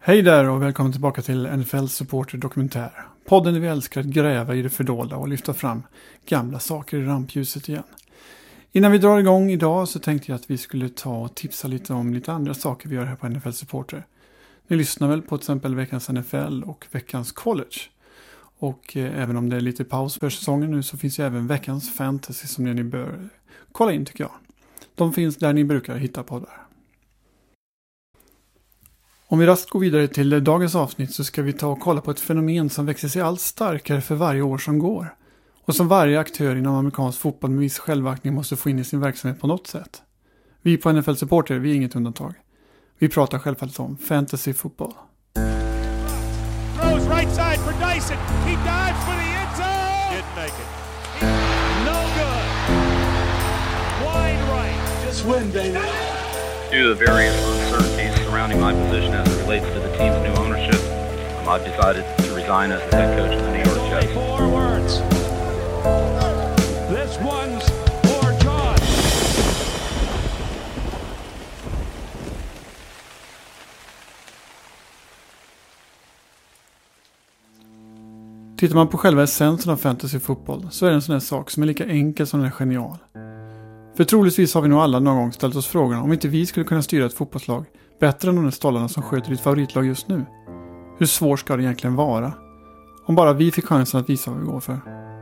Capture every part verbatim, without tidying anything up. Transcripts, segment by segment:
Hej där och välkommen tillbaka till N F L Supporter Dokumentär. Podden där vi älskar att gräva i det fördolda och lyfta fram gamla saker i rampljuset igen. Innan vi drar igång idag så tänkte jag att vi skulle ta och tipsa lite om lite andra saker vi gör här på N F L Supporter. Ni lyssnar väl på till exempel veckans N F L och veckans college. Och eh, även om det är lite paus för säsongen nu så finns ju även veckans fantasy som ni bör kolla in tycker jag. De finns där ni brukar hitta poddar. Om vi raskt går vidare till dagens avsnitt så ska vi ta och kolla på ett fenomen som växer sig allt starkare för varje år som går. Och som varje aktör inom amerikansk fotboll med viss självaktning måste få in i sin verksamhet på något sätt. Vi på N F L Supporter, vi är inget undantag. Vi pratar självfallet om fantasy fotboll. Throws right side for Dyson. He dives for the end zone. Didn't make it. No good. Wide right. Just win, baby. Due to the various uncertainties surrounding my position as it relates to the team's new ownership, I've decided to resign as the head coach of the New York Jets. Four words. This one's for John. Tittar man på själva essensen av fantasyfotboll så är det en sån här sak som är lika enkel som den är genial. För troligtvis har vi nog alla någon gång ställt oss frågan om inte vi skulle kunna styra ett fotbollslag bättre än de där stollarna som sköter ditt favoritlag just nu. Hur svårt ska det egentligen vara? Om bara vi fick chansen att visa vad vi går för.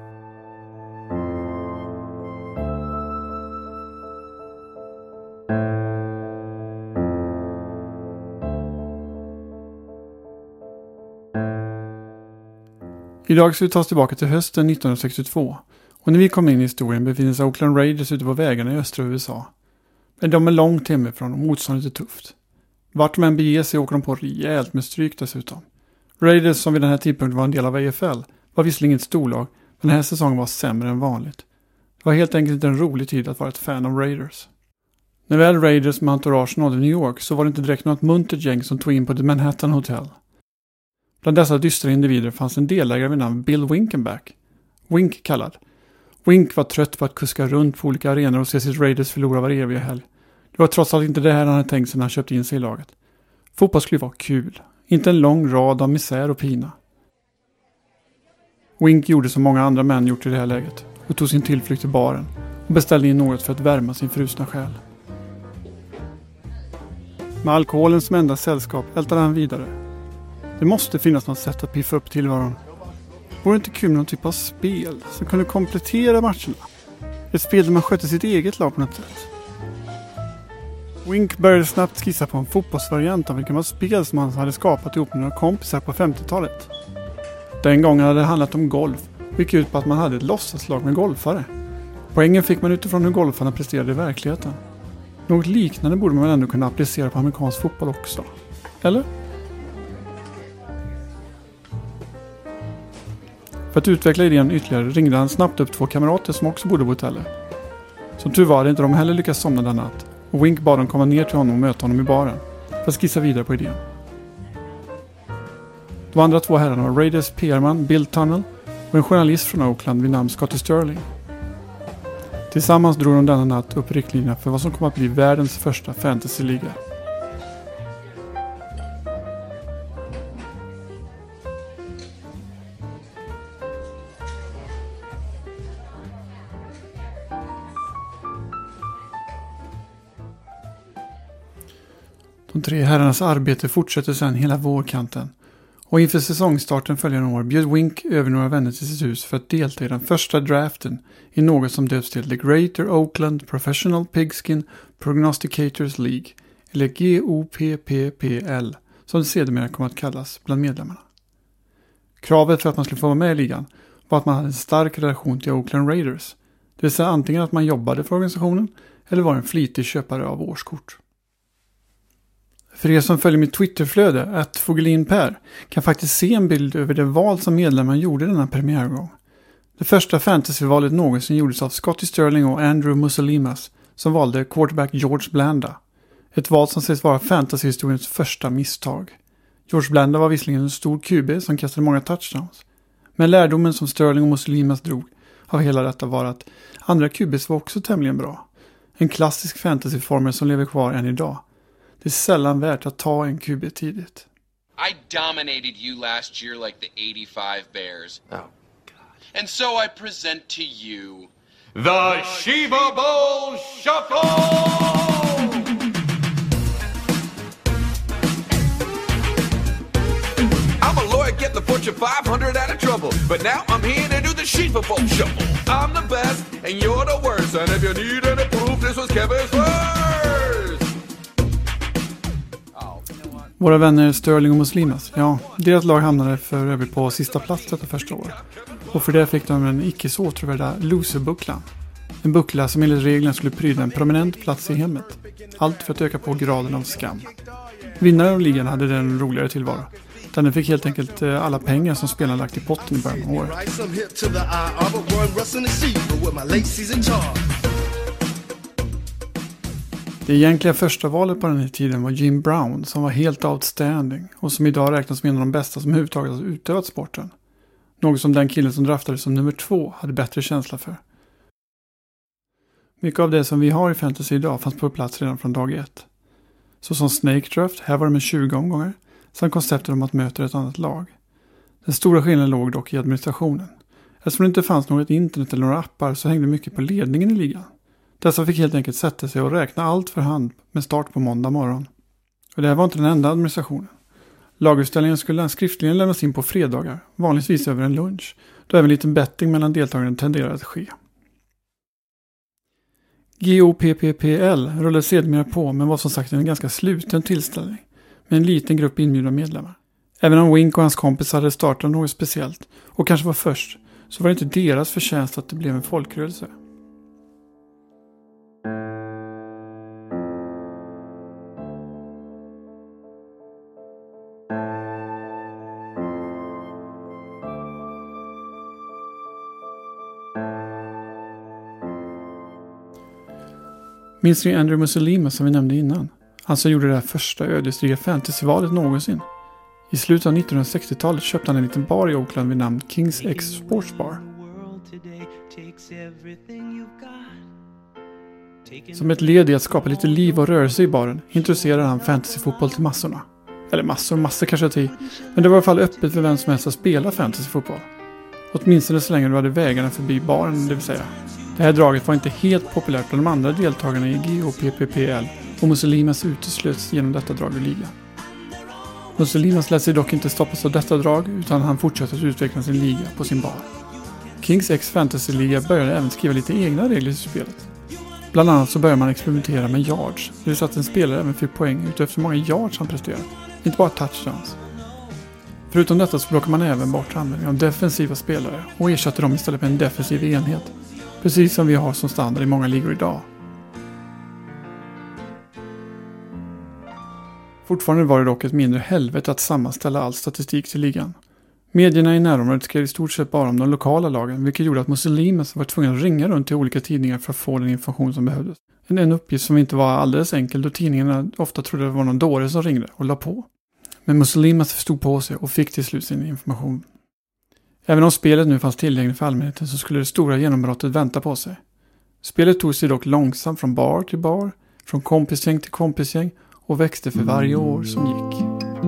Idag ska vi ta oss tillbaka till hösten nittonhundrasextiotvå. Och när vi kom in i historien befinner sig Oakland Raiders ute på vägarna i östra U S A. Men de är långt hemifrån och motståndet är tufft. Vart de än beger sig åker de på rejält med stryk dessutom. Raiders, som vid den här tidpunkten var en del av A F L, var visserligen ett storlag, men den här säsongen var sämre än vanligt. Det var helt enkelt inte en rolig tid att vara ett fan av Raiders. När väl Raiders med entourage nådde New York så var det inte direkt något muntert gäng som tog in på The Manhattan Hotel. Bland dessa dystra individer fanns en delägare vid namn Bill Winkenback. Wink kallad. Wink var trött på att kuska runt på olika arenor och se sitt Raiders förlora var eviga helg. Det var trots allt inte det här han hade tänkt sig när han köpte in sig i laget. Fotboll skulle vara kul. Inte en lång rad av misär och pina. Wink gjorde som många andra män gjort i det här läget och tog sin tillflykt till baren och beställde in något för att värma sin frusna själ. Med alkoholen som enda sällskap ältade han vidare. Det måste finnas något sätt att piffa upp tillvaron. Vore det inte kul med någon typ av spel som kunde komplettera matcherna? Ett spel där man skötte sitt eget lag på något sätt. Wink började snabbt skissa på en fotbollsvariant av vilken var spel som han hade skapat ihop med några kompisar på femtiotalet. Den gången hade det handlat om golf och gick ut på att man hade ett låtsaslag med golfare. Poängen fick man utifrån hur golfarna presterade i verkligheten. Något liknande borde man ändå kunna applicera på amerikansk fotboll också. Eller? För att utveckla idén ytterligare ringde han snabbt upp två kamrater som också bodde på hotellet. Som tur var hade inte de heller lyckats somna den natt och Wink bad dem komma ner till honom och möta honom i baren för att skissa vidare på idén. De andra två herrarna var Raiders P R-man Bill Tunnell och en journalist från Oakland vid namn Scotty Sterling. Tillsammans drog de denna natt upp riktlinjerna för vad som kommer att bli världens första fantasyliga. De tre herrarnas arbete fortsätter sedan hela vårkanten och inför säsongstarten följande år bjöd Wink över några vänner till sitt hus för att delta i den första draften i något som döps till The Greater Oakland Professional Pigskin Prognosticators League, eller G O P P P L som det sedermera kommer att kallas bland medlemmarna. Kravet för att man skulle få vara med i ligan var att man hade en stark relation till Oakland Raiders, det vill säga antingen att man jobbade för organisationen eller var en flitig köpare av årskort. För er som följer mitt Twitterflöde, att Fogelinper, kan faktiskt se en bild över det val som medlemmarna gjorde denna premiärgång. Det första fantasyvalet någonsin gjordes av Scotty Sterling och Andrew Musolimas, som valde quarterback George Blanda. Ett val som sägs vara fantasyhistoriens första misstag. George Blanda var visserligen en stor Q B som kastade många touchdowns. Men lärdomen som Sterling och Musolimas drog av hela detta var att andra Q Bs var också tämligen bra. En klassisk fantasyformel som lever kvar än idag. Det är sällan värt att ta en Q B tidigt. I dominated you last year like the eighty-five Bears. Oh, God. And so I present to you the Shiva Bowl Shuffle! I'm a lawyer getting the Fortune five hundred out of trouble, but now I'm here to do the Shiva Bowl Shuffle. I'm the best, and you're the worst, and if you need any proof, this was Kevin's first! Våra vänner Sterling och Muslimas, ja, deras lag hamnade för övrigt på sista plats detta första år. Och för det fick de en icke så återvärda loserbucklan. En buckla som enligt reglerna skulle pryda en prominent plats i hemmet. Allt för att öka på graden av skam. Vinnaren av ligan hade den roligare tillvaro. Den fick helt enkelt alla pengar som spelarna lagt i potten i början av året. Det egentliga första valet på den här tiden var Jim Brown som var helt outstanding och som idag räknas som en av de bästa som överhuvudtaget har utövat sporten. Något som den killen som draftades som nummer två hade bättre känsla för. Mycket av det som vi har i fantasy idag fanns på plats redan från dag ett. Så som Snake Draft, här var det med tjugo omgångar, samt konceptet om att möta ett annat lag. Den stora skillnaden låg dock i administrationen. Eftersom det inte fanns något internet eller några appar så hängde mycket på ledningen i ligan. Dessa fick helt enkelt sätta sig och räkna allt för hand med start på måndag morgon. Och det här var inte den enda administrationen. Laguppställningen skulle skriftligen lämnas in på fredagar, vanligtvis över en lunch, då även lite betting mellan deltagarna tenderade att ske. G O P P P L rullade sedermera på men var som sagt en ganska sluten tillställning med en liten grupp inbjudna medlemmar. Även om Wink och hans kompis hade startat något speciellt och kanske var först så var det inte deras förtjänst att det blev en folkrörelse. Minns ni Andrew Mussolima som vi nämnde innan? Han som gjorde det här första ödesdigra fantasyvalet någonsin. I slutet av nittonhundrasextiotalet köpte han en liten bar i Oakland vid namn Kings X Sports Bar. Som ett led i att skapa lite liv och rörelse i baren introducerade han fantasyfotboll till massorna. Eller massor, massor kanske till. Men det var i alla fall öppet för vem som helst att spela fantasyfotboll. Åtminstone så länge du hade vägarna förbi baren, det vill säga. Det här draget var inte helt populärt bland de andra deltagarna i G O P P P L och Mussolimas uteslöts genom detta drag ur ligan. Mussolimas lät sig dock inte stoppas av detta drag utan han fortsatte att utveckla sin liga på sin bar. Kings X Fantasy-liga började även skriva lite egna regler i spelet. Bland annat så började man experimentera med yards, det vill säga att en spelare även fick poäng utefter hur många yards han presterat, inte bara touchdowns. Förutom detta så plockade man även bort användning av defensiva spelare och ersatte dem istället med en defensiv enhet. Precis som vi har som standard i många ligor idag. Fortfarande var det dock ett mindre helvete att sammanställa all statistik till ligan. Medierna i närområdet skrev i stort sett bara om de lokala lagen, vilket gjorde att Mussolimas var tvungen att ringa runt till olika tidningar för att få den information som behövdes. En, en uppgift som inte var alldeles enkel då tidningarna ofta trodde det var någon dåre som ringde och la på. Men Mussolimas förstod på sig och fick till slut sin information. Även om spelet nu fanns tillgängligt för allmänheten så skulle det stora genombrottet vänta på sig. Spelet tog sig dock långsamt från bar till bar, från kompisgäng till kompisgäng och växte för varje år som gick.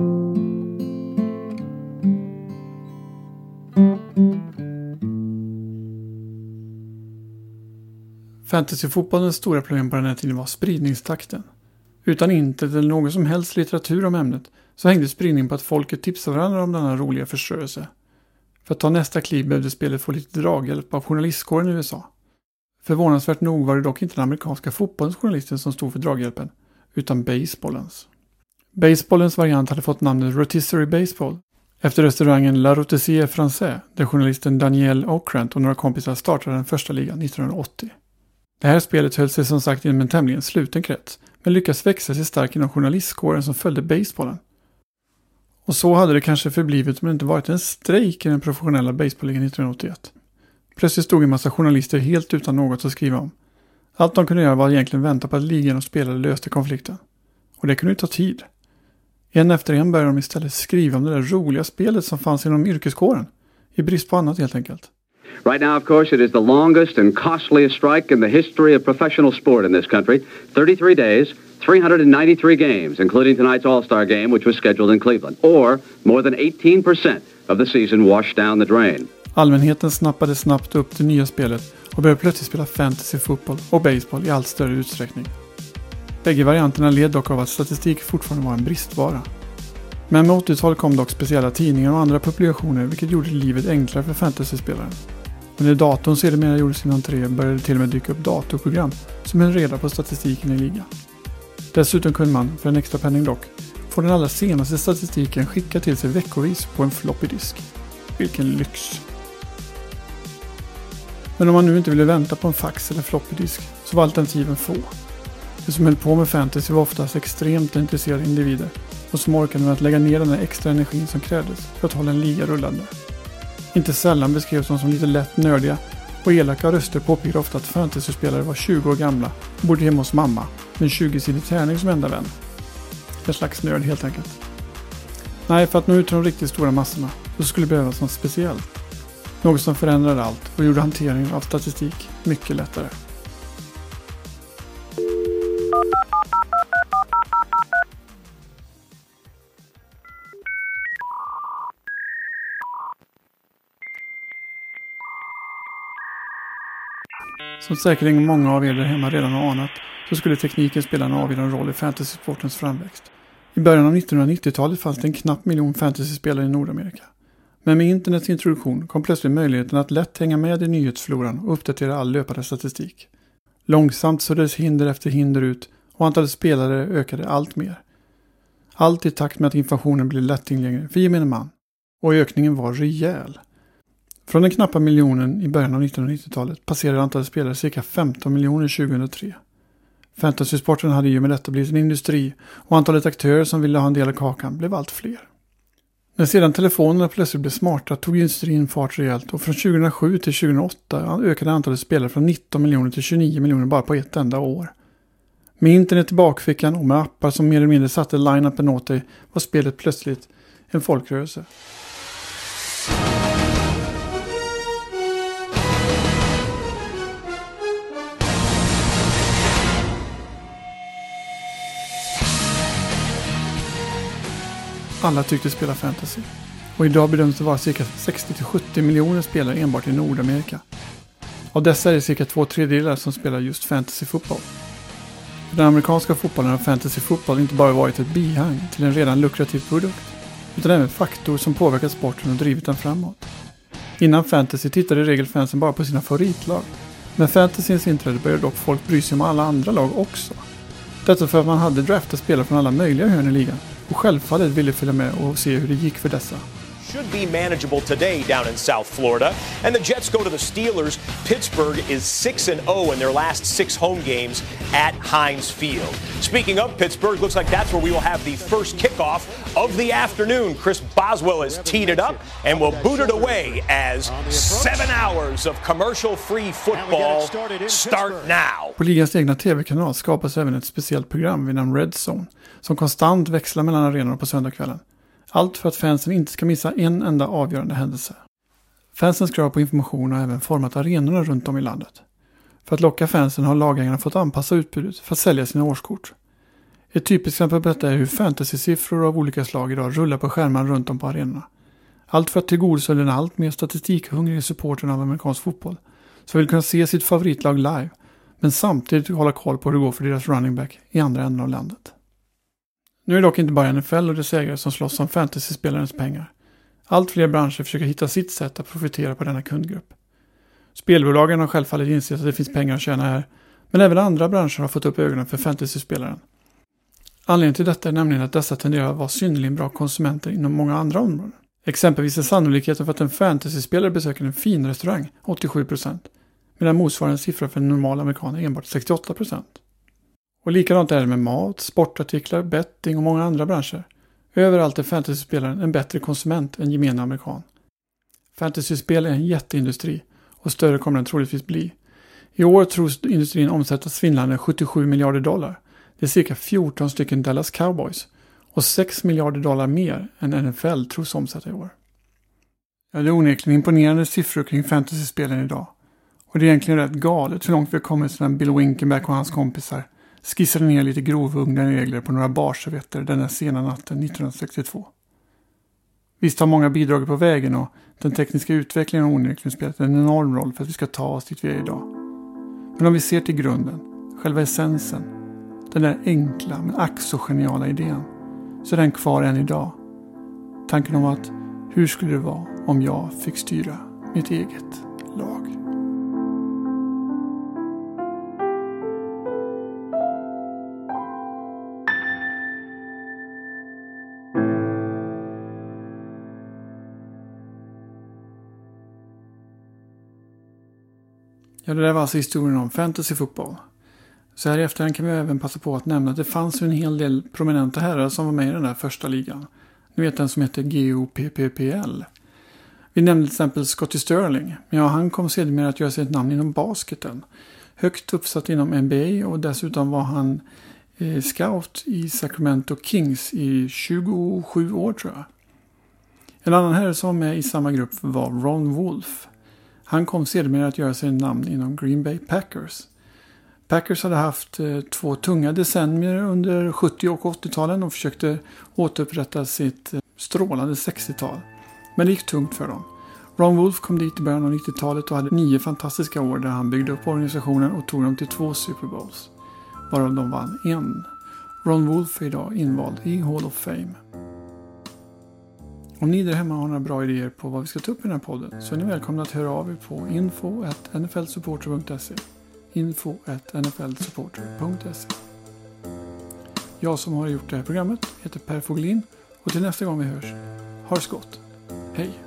Fantasyfotbollens stora problem på den här tiden var spridningstakten. Utan internet eller någon som helst litteratur om ämnet så hängde spridningen på att folket tipsade varandra om denna roliga förstörelse. För att ta nästa kliv behövde spelet få lite draghjälp av journalistkåren i U S A. Förvånansvärt nog var det dock inte den amerikanska fotbollens journalister som stod för draghjälpen, utan baseballens. Baseballens variant hade fått namnet Rotisserie Baseball, efter restaurangen La Rotisserie Française, där journalisten Daniel Ockrent och några kompisar startade den första ligan nittonhundraåttio. Det här spelet höll sig som sagt inom en tämligen sluten krets, men lyckas växa sig stark inom journalistkåren som följde baseballen. Och så hade det kanske förblivit om det inte varit en strejk i den professionella baseballligan nittonhundraåttioett. Plötsligt stod en massa journalister helt utan något att skriva om. Allt de kunde göra var egentligen vänta på att ligan och spelare löste konflikten. Och det kunde ju ta tid. En efter en började de istället skriva om det där roliga spelet som fanns inom yrkeskåren. I brist på annat helt enkelt. Right now, of course, it is the longest and costliest strike in the history of professional sport in this country. thirty-three days, three hundred ninety-three games, including tonight's All-Star game, which was scheduled in Cleveland. Or more than eighteen percent of the season washed down the drain. Allmänheten snappade snabbt upp det nya spelet och började plötsligt spela fantasy-fotboll och baseball i allt större utsträckning. Bägge varianterna led dock av att statistik fortfarande var en bristvara. Men med åttiotalet kom dock speciella tidningar och andra publikationer, vilket gjorde livet enklare för fantasyspelaren. Och när datorn sedermera gjorde sin entré började det till och med dyka upp datorprogram som höll reda på statistiken i ligan. Dessutom kunde man, för en extra penning dock, få den allra senaste statistiken skickad till sig veckovis på en floppy disk. Vilken lyx! Men om man nu inte ville vänta på en fax eller floppy disk så var alternativen få. De som höll på med fantasy var oftast extremt intresserade individer och som orkade med att lägga ner den här extra energin som krävdes för att hålla en liga rullande. Inte sällan beskrevs de som lite lätt nördiga och elaka röster påpekade ofta att fantasyspelare var tjugo år gamla och bodde hemma hos mamma med en tjugo-sidig tärning som enda vän. En slags nörd helt enkelt. Nej, för att nå ut till de riktigt stora massorna så skulle det behövas något speciellt. Något som förändrade allt och gjorde hanteringen av statistik mycket lättare. Som säkerligen många av er där hemma redan har anat så skulle tekniken spela en avgörande roll i fantasysportens framväxt. I början av nittonhundranittiotalet fanns det en knapp miljon fantasyspelare i Nordamerika. Men med internets introduktion kom plötsligt möjligheten att lätt hänga med i nyhetsfloran och uppdatera all löpande statistik. Långsamt såddes hinder efter hinder ut och antalet spelare ökade allt mer. Allt i takt med att informationen blev lättillgänglig för gemene man. Och ökningen var rejäl. Från den knappa miljonen i början av nittonhundranittiotalet passerade antalet spelare cirka femton miljoner tjugohundratre. Fantasysporten hade ju med detta blivit en industri och antalet aktörer som ville ha en del av kakan blev allt fler. När sedan telefonerna plötsligt blev smarta tog industrin fart rejält och från tjugohundrasju till tjugohundraåtta ökade antalet spelare från nitton miljoner till tjugonio miljoner bara på ett enda år. Med internet i bakfickan och med appar som mer eller mindre satte line-upen åt dig var spelet plötsligt en folkrörelse. Alla tyckte spela fantasy. Och idag bedöms det vara cirka sextio till sjuttio miljoner spelare enbart i Nordamerika. Av dessa är det cirka två tredjedelar som spelar just fantasyfotboll. För den amerikanska fotbollen har fantasyfotboll inte bara varit ett bihang till en redan lukrativ produkt, utan även faktor som påverkat sporten och drivit den framåt. Innan fantasy tittade i regel fansen bara på sina favoritlag. Men fantasyns inträde började dock folk bry sig om alla andra lag också. Detta för att man hade draftat spelare från alla möjliga hörn i ligan och självfallet ville följa med och se hur det gick för dessa. Should be manageable today down in South Florida. And the Jets go to the Steelers. Pittsburgh is six and oh in their last six home games at Heinz Field. Speaking of Pittsburgh, looks like that's where we will have the first kickoff of the afternoon. Chris Boswell has teed it up and will boot it away as seven hours of commercial-free football start now. På ligans egna tv-kanal skapas även ett speciellt program vid namn Red Zone som konstant växlar mellan arenorna på söndagskvällen. Allt för att fansen inte ska missa en enda avgörande händelse. Fansens krav på information har även format arenorna runt om i landet. För att locka fansen har lagägarna fått anpassa utbudet för att sälja sina årskort. Ett typiskt exempel på detta är hur fantasy-siffror av olika slag idag rullar på skärmar runt om på arenorna. Allt för att tillgodose den allt mer statistikhungriga supporten av amerikansk fotboll som vill kunna se sitt favoritlag live men samtidigt hålla koll på hur det går för deras running back i andra änden av landet. Nu är det dock inte bara N F L och dess ägare som slåss om fantasy-spelarens pengar. Allt fler branscher försöker hitta sitt sätt att profitera på denna kundgrupp. Spelbolagen har självfallet insett att det finns pengar att tjäna här, men även andra branscher har fått upp ögonen för fantasy-spelaren. Anledningen till detta är nämligen att dessa tenderar att vara synnerligen bra konsumenter inom många andra områden. Exempelvis är sannolikheten för att en fantasy-spelare besöker en fin restaurang åttiosju procent, medan motsvarande siffra för en normal amerikan är enbart sextioåtta procent. Och likadant är det med mat, sportartiklar, betting och många andra branscher. Överallt är fantasyspelaren en bättre konsument än gemene amerikan. Fantasyspel är en jätteindustri och större kommer den troligtvis bli. I år tros industrin omsätta svindlande sjuttiosju miljarder dollar. Det är cirka fjorton stycken Dallas Cowboys och sex miljarder dollar mer än N F L tros omsätta i år. Ja, det är onekligen imponerande siffror kring fantasyspelen idag. Och det är egentligen rätt galet hur långt vi har kommit sedan Bill Winkenback och hans kompisar skissade ner lite grovhuggna regler på några barservetter den här sena natten nittonhundrasextiotvå. Visst har många bidragit på vägen och den tekniska utvecklingen har onekligen spelat en enorm roll för att vi ska ta oss dit vi är idag. Men om vi ser till grunden, själva essensen, den där enkla men ack så geniala idén, så är den kvar än idag. Tanken om att hur skulle det vara om jag fick styra mitt eget lag? Ja, det där var alltså historien om fantasyfotboll. Så här i efterhand kan vi även passa på att nämna att det fanns en hel del prominenta herrar som var med i den där första ligan. Ni vet den som heter G O P P P L. Vi nämnde till exempel Scottie Sterling. Men ja, han kom sedermera att göra sig ett namn inom basketen. Högt uppsatt inom N B A och dessutom var han eh, scout i Sacramento Kings i tjugosju år tror jag. En annan herre som var med i samma grupp var Ron Wolf. Han kom sedermera att göra sig en namn inom Green Bay Packers. Packers hade haft eh, två tunga decennier under sjuttio- och åttio-talen och försökte återupprätta sitt eh, strålande sextiotal. Men det gick tungt för dem. Ron Wolf kom dit i början av nittiotalet och hade nio fantastiska år där han byggde upp organisationen och tog dem till två Super Bowls. Varav de vann en. Ron Wolf är idag invald i Hall of Fame. Om ni där hemma har några bra idéer på vad vi ska ta upp i den här podden så är ni välkomna att höra av er på info at n f l supporter punkt se. info at n f l supporter punkt se. Jag som har gjort det här programmet heter Per Foglin och till nästa gång vi hörs, ha det så gott. Hej!